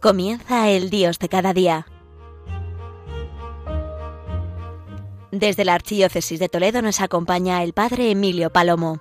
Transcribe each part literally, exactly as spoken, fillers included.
Comienza el Dios de cada día. Desde la Archidiócesis de Toledo nos acompaña el Padre Emilio Palomo.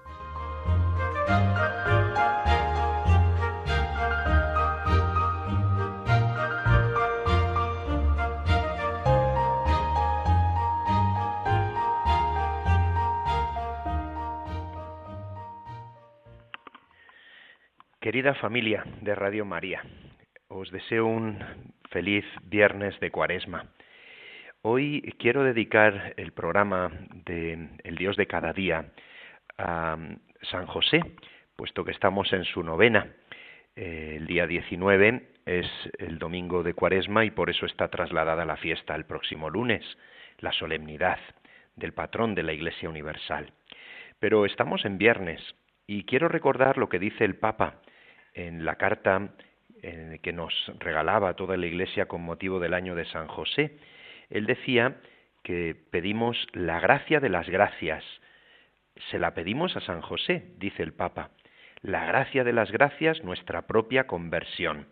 Querida familia de Radio María, os deseo un feliz viernes de Cuaresma. Hoy quiero dedicar el programa de El Dios de cada día a San José, puesto que estamos en su novena. Eh, el día diecinueve es el domingo de Cuaresma y por eso está trasladada la fiesta al próximo lunes, la solemnidad del patrón de la Iglesia Universal. Pero estamos en viernes y quiero recordar lo que dice el Papa en la carta eh, que nos regalaba toda la Iglesia con motivo del año de San José. Él decía que pedimos la gracia de las gracias. Se la pedimos a San José, dice el Papa. La gracia de las gracias, nuestra propia conversión.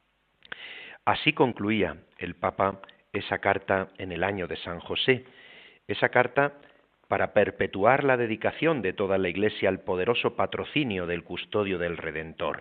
Así concluía el Papa esa carta en el año de San José. Esa carta para perpetuar la dedicación de toda la Iglesia al poderoso patrocinio del custodio del Redentor.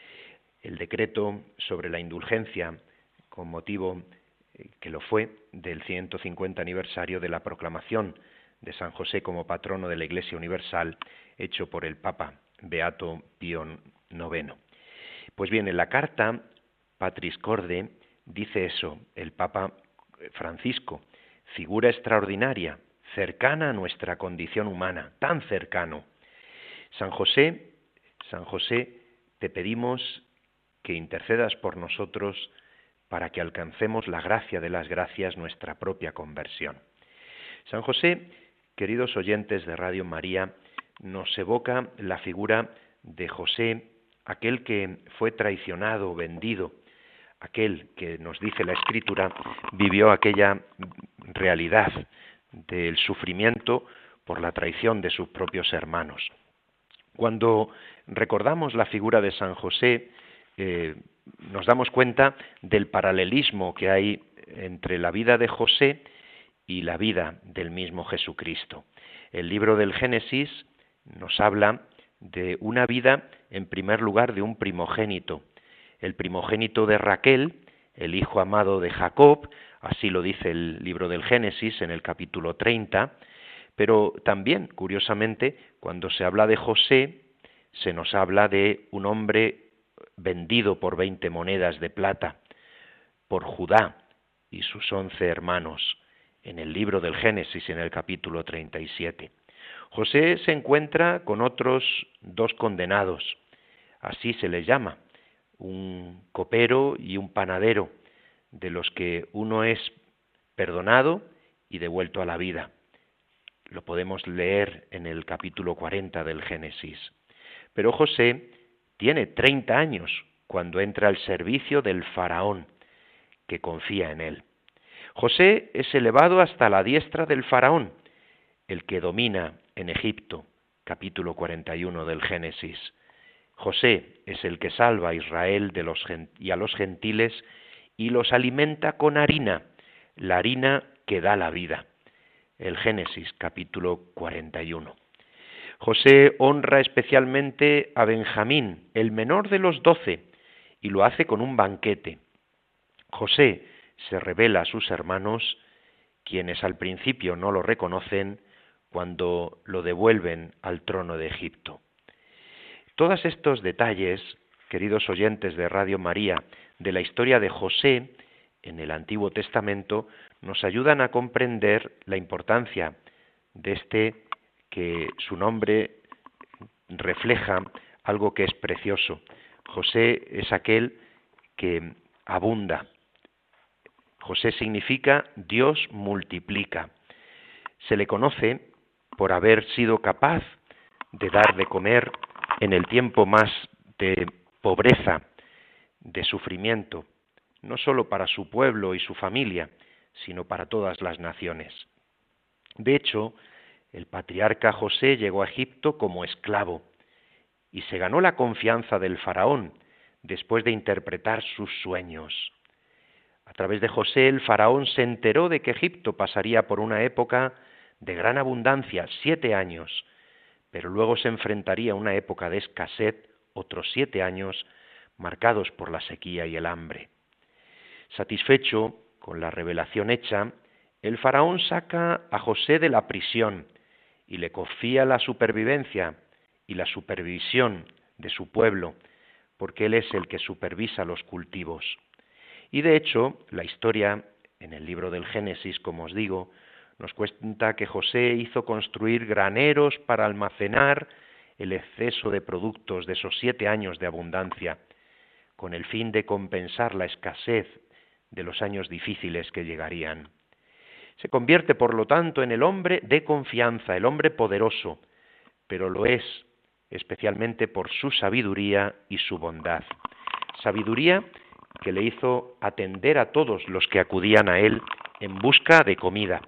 El decreto sobre la indulgencia, con motivo eh, que lo fue del ciento cincuenta aniversario de la proclamación de San José como patrono de la Iglesia Universal, hecho por el Papa Beato Pío noveno. Pues bien, en la carta Patris Corde dice eso, el Papa Francisco, figura extraordinaria, cercana a nuestra condición humana, tan cercano. San José, San José, te pedimos que intercedas por nosotros para que alcancemos la gracia de las gracias, nuestra propia conversión. San José, queridos oyentes de Radio María, nos evoca la figura de José, aquel que fue traicionado, vendido, aquel que nos dice la Escritura, vivió aquella realidad del sufrimiento por la traición de sus propios hermanos. Cuando recordamos la figura de San José, eh, nos damos cuenta del paralelismo que hay entre la vida de José y la vida del mismo Jesucristo. El libro del Génesis nos habla de una vida, en primer lugar, de un primogénito. El primogénito de Raquel, el hijo amado de Jacob, así lo dice el libro del Génesis en el capítulo treinta, pero también, curiosamente, cuando se habla de José, se nos habla de un hombre vendido por veinte monedas de plata, por Judá y sus once hermanos, en el libro del Génesis, en el capítulo treinta y siete. José se encuentra con otros dos condenados, así se les llama, un copero y un panadero, de los que uno es perdonado y devuelto a la vida. Lo podemos leer en el capítulo cuarenta del Génesis. Pero José tiene treinta años cuando entra al servicio del faraón, que confía en él. José es elevado hasta la diestra del faraón, el que domina en Egipto, capítulo cuarenta y uno del Génesis. José es el que salva a Israel de los, y a los gentiles y los alimenta con harina, la harina que da la vida. El Génesis, capítulo cuarenta y uno. José honra especialmente a Benjamín, el menor de los doce, y lo hace con un banquete. José se revela a sus hermanos, quienes al principio no lo reconocen, cuando lo devuelven al trono de Egipto. Todos estos detalles, queridos oyentes de Radio María, de la historia de José en el Antiguo Testamento, nos ayudan a comprender la importancia de este, que su nombre refleja algo que es precioso. José es aquel que abunda. José significa Dios multiplica. Se le conoce por haber sido capaz de dar de comer en el tiempo más de pobreza, de sufrimiento, no solo para su pueblo y su familia, sino para todas las naciones. De hecho, el patriarca José llegó a Egipto como esclavo y se ganó la confianza del faraón después de interpretar sus sueños. A través de José, el faraón se enteró de que Egipto pasaría por una época de gran abundancia, siete años, pero luego se enfrentaría a una época de escasez, otros siete años, marcados por la sequía y el hambre. Satisfecho con la revelación hecha, el faraón saca a José de la prisión y le confía la supervivencia y la supervisión de su pueblo, porque él es el que supervisa los cultivos. Y de hecho, la historia, en el libro del Génesis, como os digo, nos cuenta que José hizo construir graneros para almacenar el exceso de productos de esos siete años de abundancia, con el fin de compensar la escasez de los años difíciles que llegarían. Se convierte, por lo tanto, en el hombre de confianza, el hombre poderoso, pero lo es especialmente por su sabiduría y su bondad. Sabiduría que le hizo atender a todos los que acudían a él en busca de comida.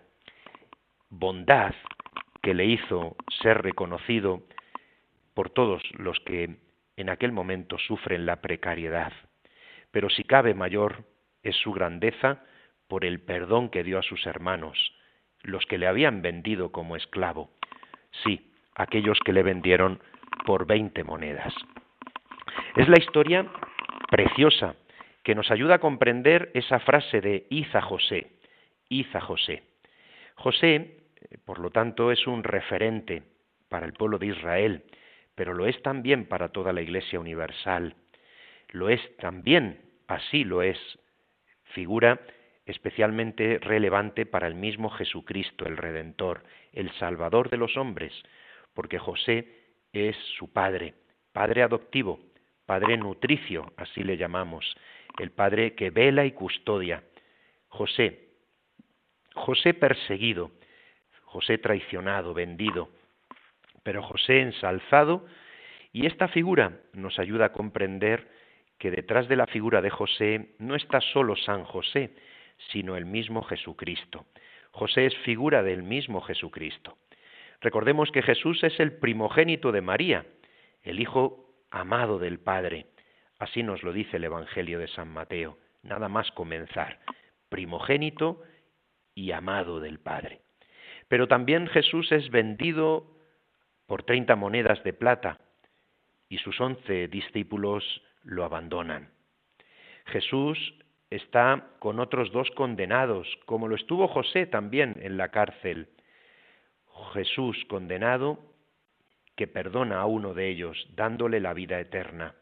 Bondad que le hizo ser reconocido por todos los que en aquel momento sufren la precariedad. Pero si cabe mayor es su grandeza por el perdón que dio a sus hermanos, los que le habían vendido como esclavo. Sí, aquellos que le vendieron por veinte monedas. Es la historia preciosa que nos ayuda a comprender esa frase de id a José, id a José. José, por lo tanto, es un referente para el pueblo de Israel, pero lo es también para toda la Iglesia universal. Lo es también, así lo es, figura especialmente relevante para el mismo Jesucristo, el Redentor, el Salvador de los hombres, porque José es su padre, padre adoptivo, padre nutricio, así le llamamos, el padre que vela y custodia. José, José perseguido, José traicionado, vendido, pero José ensalzado, y esta figura nos ayuda a comprender que detrás de la figura de José no está solo San José, sino el mismo Jesucristo. José es figura del mismo Jesucristo. Recordemos que Jesús es el primogénito de María, el Hijo amado del Padre. Así nos lo dice el Evangelio de San Mateo, nada más comenzar, primogénito y amado del Padre. Pero también Jesús es vendido por treinta monedas de plata y sus once discípulos lo abandonan. Jesús está con otros dos condenados, como lo estuvo José también en la cárcel. Jesús condenado que perdona a uno de ellos, dándole la vida eterna.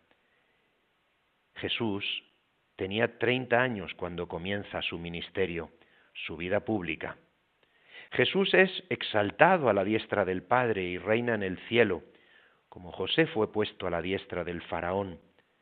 Jesús tenía treinta años cuando comienza su ministerio, su vida pública. Jesús es exaltado a la diestra del Padre y reina en el cielo, como José fue puesto a la diestra del faraón.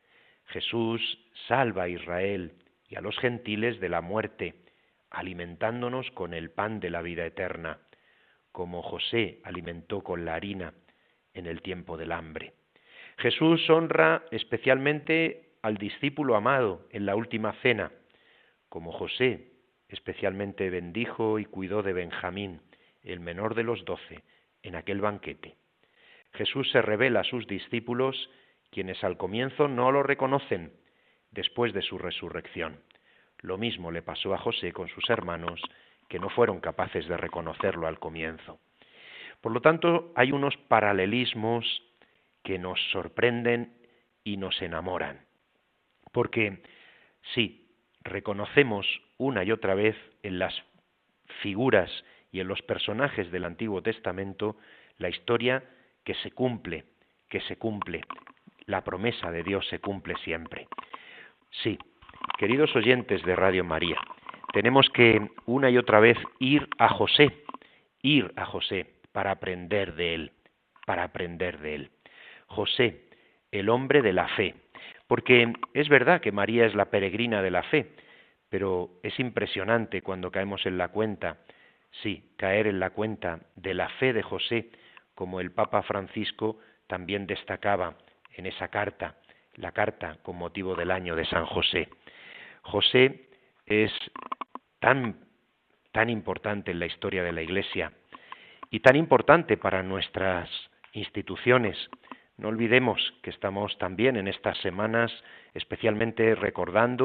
Jesús salva a Israel y a los gentiles de la muerte, alimentándonos con el pan de la vida eterna, como José alimentó con la harina en el tiempo del hambre. Jesús honra especialmente al discípulo amado en la última cena, como José especialmente bendijo y cuidó de Benjamín, el menor de los doce, en aquel banquete. Jesús se revela a sus discípulos, quienes al comienzo no lo reconocen, después de su resurrección. Lo mismo le pasó a José con sus hermanos, que no fueron capaces de reconocerlo al comienzo. Por lo tanto, hay unos paralelismos que nos sorprenden y nos enamoran. Porque, sí, reconocemos una y otra vez en las figuras y en los personajes del Antiguo Testamento la historia que se cumple, que se cumple. La promesa de Dios se cumple siempre. Sí, queridos oyentes de Radio María, tenemos que una y otra vez ir a José, ir a José para aprender de él, para aprender de él. José, el hombre de la fe, porque es verdad que María es la peregrina de la fe, pero es impresionante cuando caemos en la cuenta, sí, caer en la cuenta de la fe de José, como el Papa Francisco también destacaba en esa carta, la carta con motivo del año de San José. José es tan, tan importante en la historia de la Iglesia y tan importante para nuestras instituciones. No olvidemos que estamos también en estas semanas especialmente recordando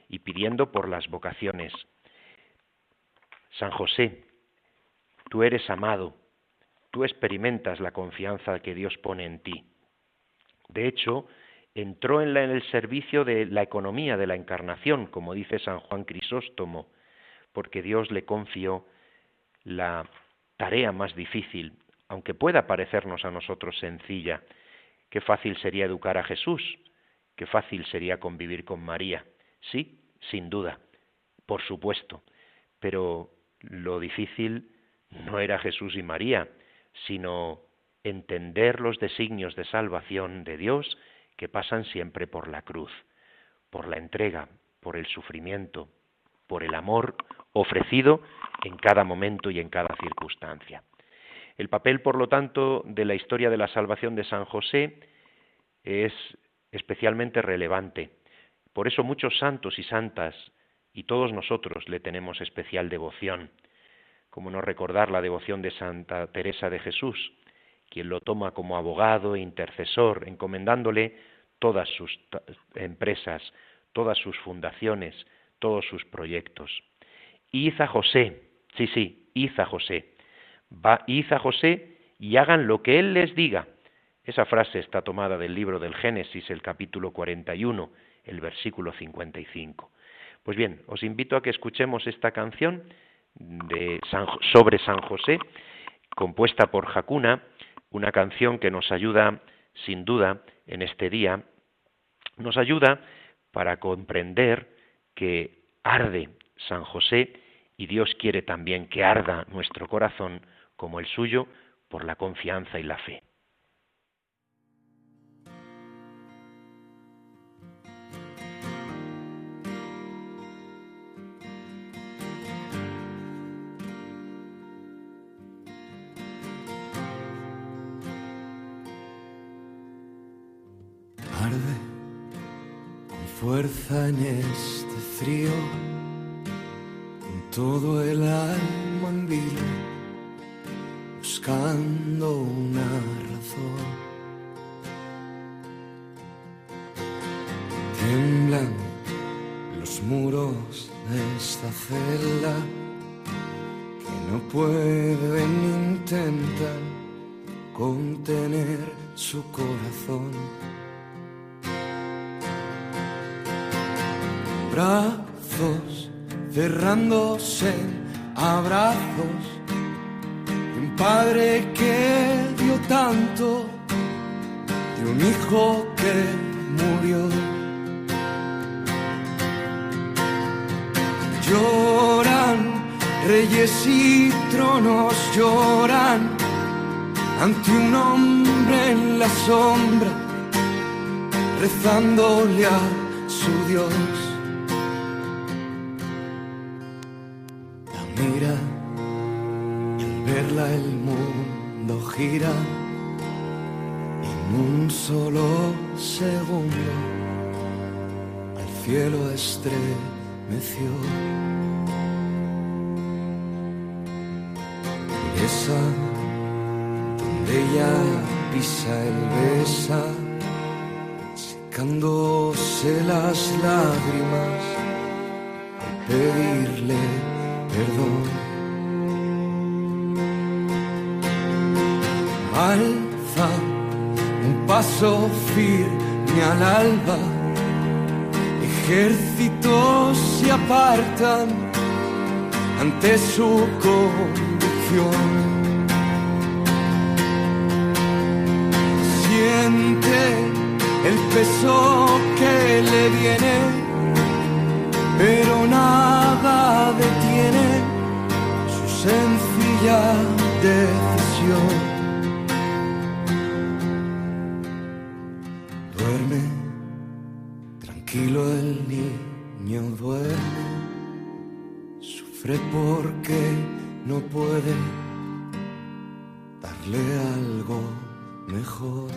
y pidiendo por las vocaciones. San José, tú eres amado, tú experimentas la confianza que Dios pone en ti. De hecho, entró en, la, en el servicio de la economía de la encarnación, como dice San Juan Crisóstomo, porque Dios le confió la tarea más difícil, aunque pueda parecernos a nosotros sencilla. Qué fácil sería educar a Jesús, qué fácil sería convivir con María. Sí, sin duda, por supuesto, pero lo difícil no era Jesús y María, sino entender los designios de salvación de Dios que pasan siempre por la cruz, por la entrega, por el sufrimiento, por el amor ofrecido en cada momento y en cada circunstancia. El papel, por lo tanto, de la historia de la salvación de San José es especialmente relevante. Por eso muchos santos y santas, y todos nosotros le tenemos especial devoción. Como no recordar la devoción de Santa Teresa de Jesús, quien lo toma como abogado e intercesor, encomendándole todas sus empresas, todas sus fundaciones, todos sus proyectos. Id a José, sí, sí, id a José, va, id a José y hagan lo que él les diga. Esa frase está tomada del libro del Génesis, el capítulo cuarenta y uno, el versículo cincuenta y cinco. Pues bien, os invito a que escuchemos esta canción de San, sobre San José, compuesta por Jacuna, una canción que nos ayuda, sin duda, en este día, nos ayuda para comprender que arde San José y Dios quiere también que arda nuestro corazón como el suyo por la confianza y la fe. Arde con fuerza en este frío, con todo el alma en vilo, buscando una razón. Tiemblan los muros de esta celda que no pueden intentar contener su corazón. Brazos cerrándose en abrazos de un padre que dio tanto, de un hijo que murió. Lloran reyes y tronos, lloran ante un hombre en la sombra, rezándole a su Dios. La mira y al verla el mundo gira, en un solo segundo al cielo estremeció. Esa donde ella pisa, él besa, secándose las lágrimas al pedirle perdón. Alza un paso firme al alba, ejércitos se apartan ante su convicción. Siente el peso que le viene, pero nada detiene su sencilla decisión. Duerme, tranquilo el niño duerme, sufre porque no puede darle algo mejor.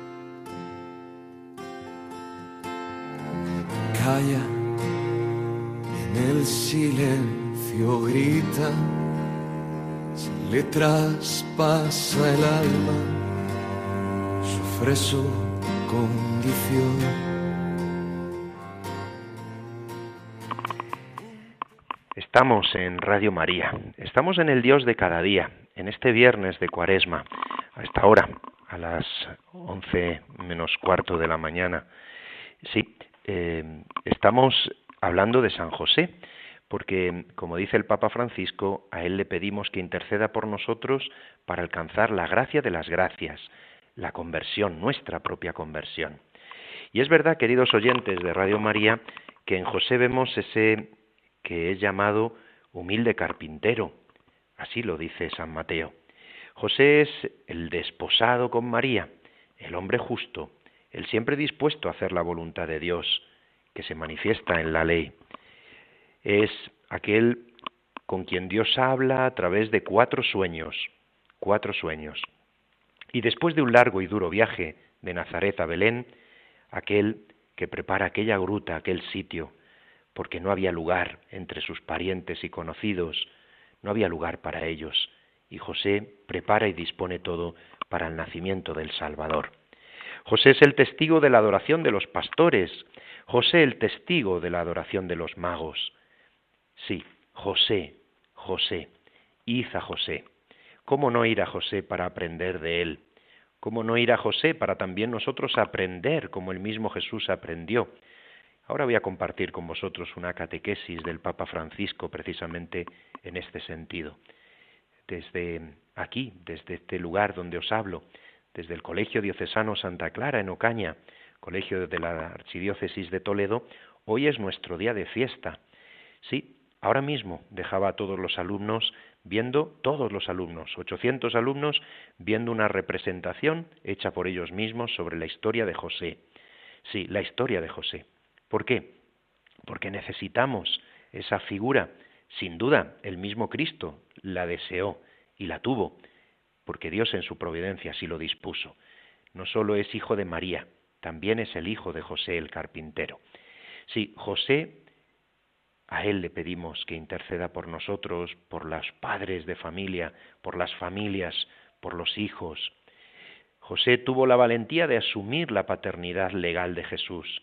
Calla, en el silencio grita, se le traspasa el alma, sufre su condición. Estamos en Radio María, estamos en el Dios de cada día, en este viernes de Cuaresma, a esta hora, a las once menos cuarto de la mañana. Sí, eh, estamos hablando de San José, porque, como dice el Papa Francisco, a él le pedimos que interceda por nosotros para alcanzar la gracia de las gracias, la conversión, nuestra propia conversión. Y es verdad, queridos oyentes de Radio María, que en José vemos ese que es llamado humilde carpintero, así lo dice San Mateo. José es el desposado con María, el hombre justo, el siempre dispuesto a hacer la voluntad de Dios, que se manifiesta en la ley. Es aquel con quien Dios habla a través de cuatro sueños, cuatro sueños. Y después de un largo y duro viaje de Nazaret a Belén, aquel que prepara aquella gruta, aquel sitio, porque no había lugar entre sus parientes y conocidos, no había lugar para ellos, y José prepara y dispone todo para el nacimiento del Salvador. José es el testigo de la adoración de los pastores, José el testigo de la adoración de los magos. Sí, José, José, id a José. ¿Cómo no ir a José para aprender de él? ¿Cómo no ir a José para también nosotros aprender como el mismo Jesús aprendió? Ahora voy a compartir con vosotros una catequesis del Papa Francisco precisamente en este sentido. Desde aquí, desde este lugar donde os hablo, desde el Colegio Diocesano Santa Clara en Ocaña, Colegio de la Archidiócesis de Toledo, hoy es nuestro día de fiesta. Sí, ahora mismo dejaba a todos los alumnos viendo, todos los alumnos, ochocientos alumnos, viendo una representación hecha por ellos mismos sobre la historia de José. Sí, la historia de José. ¿Por qué? Porque necesitamos esa figura. Sin duda, el mismo Cristo la deseó y la tuvo, porque Dios en su providencia así lo dispuso. No solo es hijo de María, también es el hijo de José el carpintero. Sí, José, a él le pedimos que interceda por nosotros, por los padres de familia, por las familias, por los hijos. José tuvo la valentía de asumir la paternidad legal de Jesús,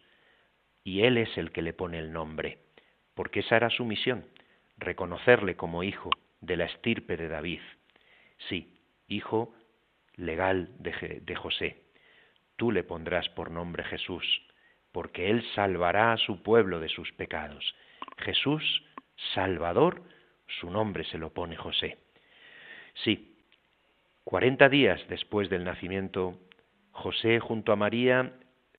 y él es el que le pone el nombre, porque esa era su misión, reconocerle como hijo de la estirpe de David. Sí, hijo legal de, de José. Tú le pondrás por nombre Jesús, porque él salvará a su pueblo de sus pecados. Jesús, Salvador, su nombre se lo pone José. Sí, cuarenta días después del nacimiento, José junto a María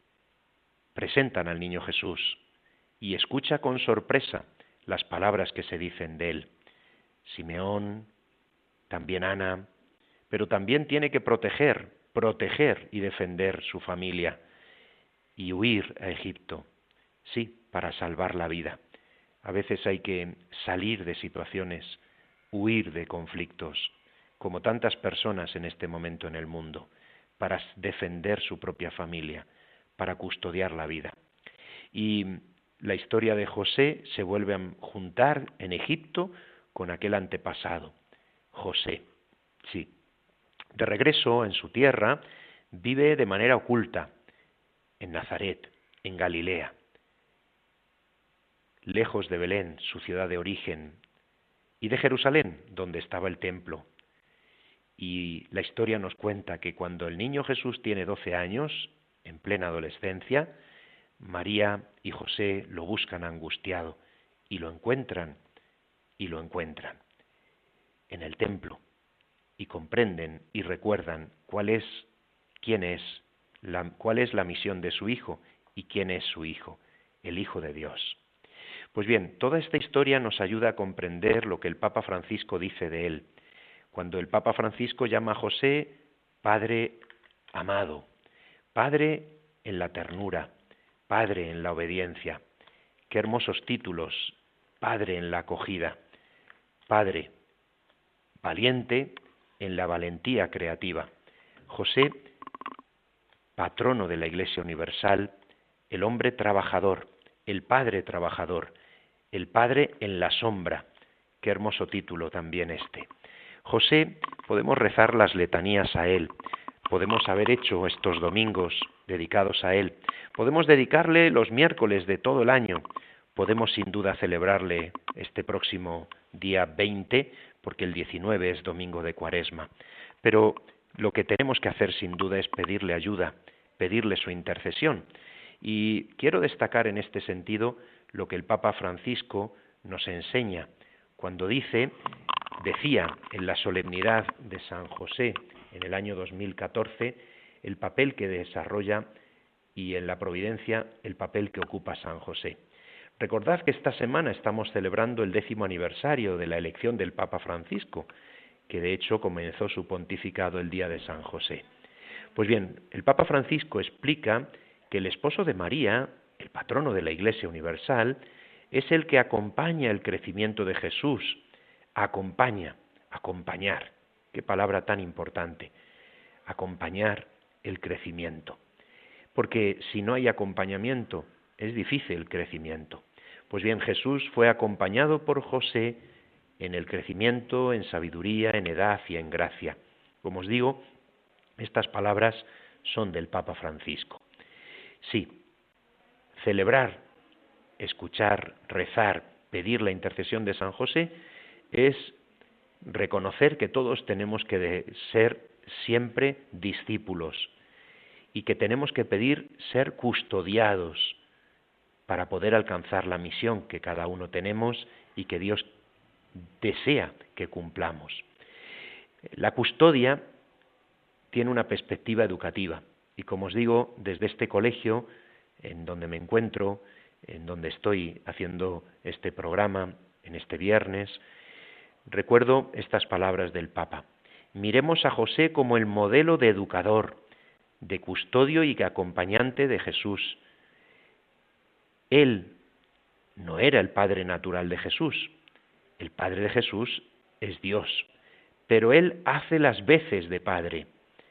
presentan al niño Jesús y escucha con sorpresa las palabras que se dicen de él. Simeón, también Ana, pero también tiene que proteger, proteger y defender su familia y huir a Egipto, sí, para salvar la vida. A veces hay que salir de situaciones, huir de conflictos, como tantas personas en este momento en el mundo, para defender su propia familia, para custodiar la vida. Y la historia de José se vuelve a juntar en Egipto con aquel antepasado, José. Sí, de regreso en su tierra, vive de manera oculta, en Nazaret, en Galilea, lejos de Belén, su ciudad de origen, y de Jerusalén, donde estaba el templo. Y la historia nos cuenta que cuando el niño Jesús tiene doce años, en plena adolescencia, María y José lo buscan angustiado y lo encuentran, y lo encuentran en el templo, y comprenden y recuerdan cuál es, quién es, la, cuál es la misión de su hijo y quién es su hijo, el Hijo de Dios. Pues bien, toda esta historia nos ayuda a comprender lo que el Papa Francisco dice de él, cuando el Papa Francisco llama a José Padre amado, Padre en la ternura, Padre en la obediencia. Qué hermosos títulos, Padre en la acogida, Padre valiente en la valentía creativa. José, patrono de la Iglesia Universal, el hombre trabajador, el Padre trabajador, el Padre en la sombra. Qué hermoso título también este. José, podemos rezar las letanías a él, podemos haber hecho estos domingos dedicados a él, podemos dedicarle los miércoles de todo el año, podemos sin duda celebrarle este próximo día veinte, porque el diecinueve es domingo de Cuaresma. Pero lo que tenemos que hacer sin duda es pedirle ayuda, pedirle su intercesión. Y quiero destacar en este sentido lo que el Papa Francisco nos enseña cuando dice, decía en la solemnidad de San José en el año dos mil catorce, el papel que desarrolla y en la providencia el papel que ocupa San José. Recordad que esta semana estamos celebrando el décimo aniversario de la elección del Papa Francisco, que de hecho comenzó su pontificado el día de San José. Pues bien, el Papa Francisco explica que el esposo de María, el patrono de la Iglesia Universal, es el que acompaña el crecimiento de Jesús. Acompaña, acompañar. Qué palabra tan importante. Acompañar el crecimiento. Porque si no hay acompañamiento, es difícil el crecimiento. Pues bien, Jesús fue acompañado por José en el crecimiento, en sabiduría, en edad y en gracia. Como os digo, estas palabras son del Papa Francisco. Sí, celebrar, escuchar, rezar, pedir la intercesión de San José es reconocer que todos tenemos que de ser siempre discípulos y que tenemos que pedir ser custodiados para poder alcanzar la misión que cada uno tenemos y que Dios desea que cumplamos. La custodia tiene una perspectiva educativa y, como os digo, desde este colegio en donde me encuentro, en donde estoy haciendo este programa, en este viernes, recuerdo estas palabras del Papa. Miremos a José como el modelo de educador, de custodio y acompañante de Jesús. Él no era el padre natural de Jesús. El padre de Jesús es Dios, pero él hace las veces de padre.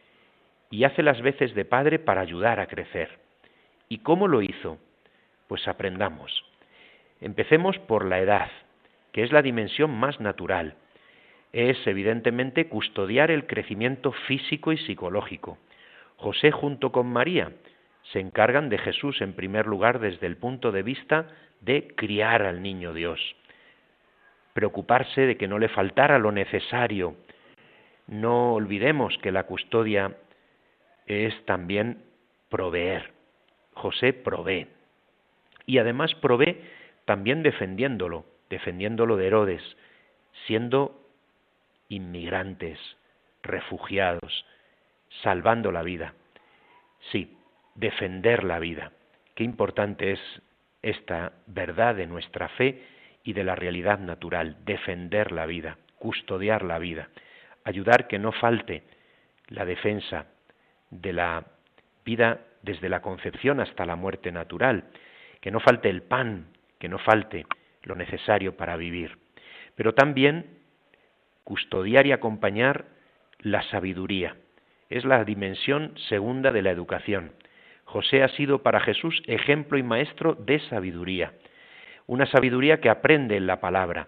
Y hace las veces de padre para ayudar a crecer. ¿Y cómo lo hizo? Pues aprendamos. Empecemos por la edad, que es la dimensión más natural. Es, evidentemente, custodiar el crecimiento físico y psicológico. José, junto con María, se encargan de Jesús en primer lugar desde el punto de vista de criar al niño Dios. Preocuparse de que no le faltara lo necesario. No olvidemos que la custodia es también proveer. José provee. Y además provee también defendiéndolo, defendiéndolo de Herodes, siendo inmigrantes, refugiados, salvando la vida. Sí, defender la vida. Qué importante es esta verdad de nuestra fe y de la realidad natural, defender la vida, custodiar la vida, ayudar que no falte la defensa de la vida desde la concepción hasta la muerte natural, que no falte el pan, que no falte lo necesario para vivir, pero también custodiar y acompañar la sabiduría. Es la dimensión segunda de la educación. José ha sido para Jesús ejemplo y maestro de sabiduría, una sabiduría que aprende en la palabra,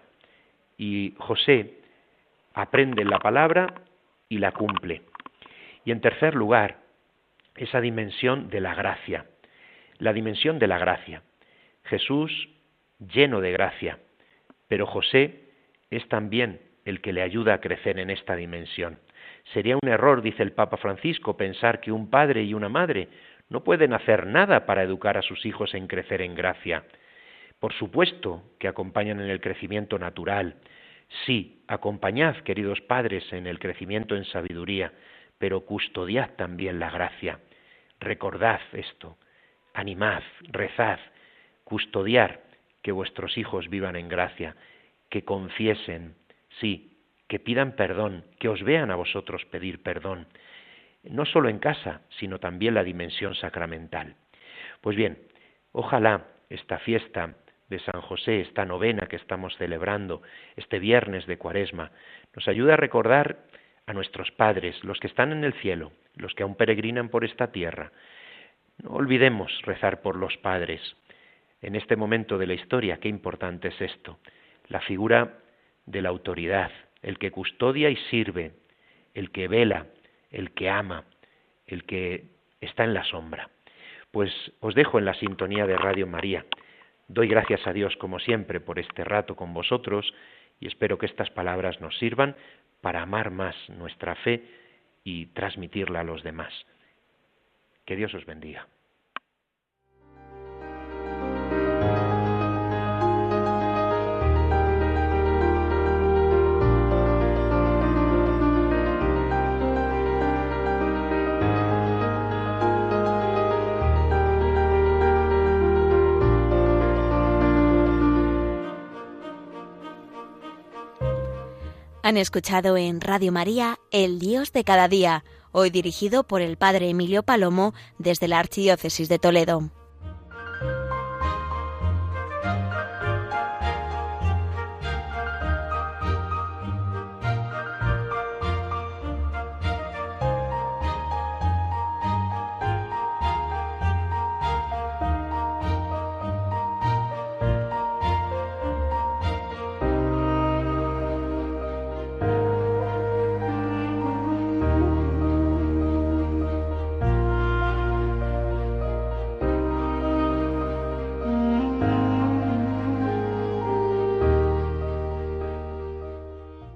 y José aprende en la palabra y la cumple. Y en tercer lugar, esa dimensión de la gracia, la dimensión de la gracia. Jesús lleno de gracia, pero José es también el que le ayuda a crecer en esta dimensión. Sería un error, dice el Papa Francisco, pensar que un padre y una madre no pueden hacer nada para educar a sus hijos en crecer en gracia. Por supuesto que acompañan en el crecimiento natural. Sí, acompañad, queridos padres, en el crecimiento en sabiduría, pero custodiad también la gracia. Recordad esto, animad, rezad, custodiar que vuestros hijos vivan en gracia, que confiesen, sí, que pidan perdón, que os vean a vosotros pedir perdón, no solo en casa, sino también la dimensión sacramental. Pues bien, ojalá esta fiesta de San José, esta novena que estamos celebrando, este viernes de Cuaresma, nos ayude a recordar a nuestros padres, los que están en el cielo, los que aún peregrinan por esta tierra. No olvidemos rezar por los padres. En este momento de la historia, qué importante es esto, la figura de la autoridad, el que custodia y sirve, el que vela, el que ama, el que está en la sombra. Pues os dejo en la sintonía de Radio María, Doy gracias a Dios, como siempre, por este rato con vosotros y espero que estas palabras nos sirvan para amar más nuestra fe y transmitirla a los demás. Que Dios os bendiga. Han escuchado en Radio María El Dios de cada día, hoy dirigido por el Padre Emilio Palomo desde la Archidiócesis de Toledo.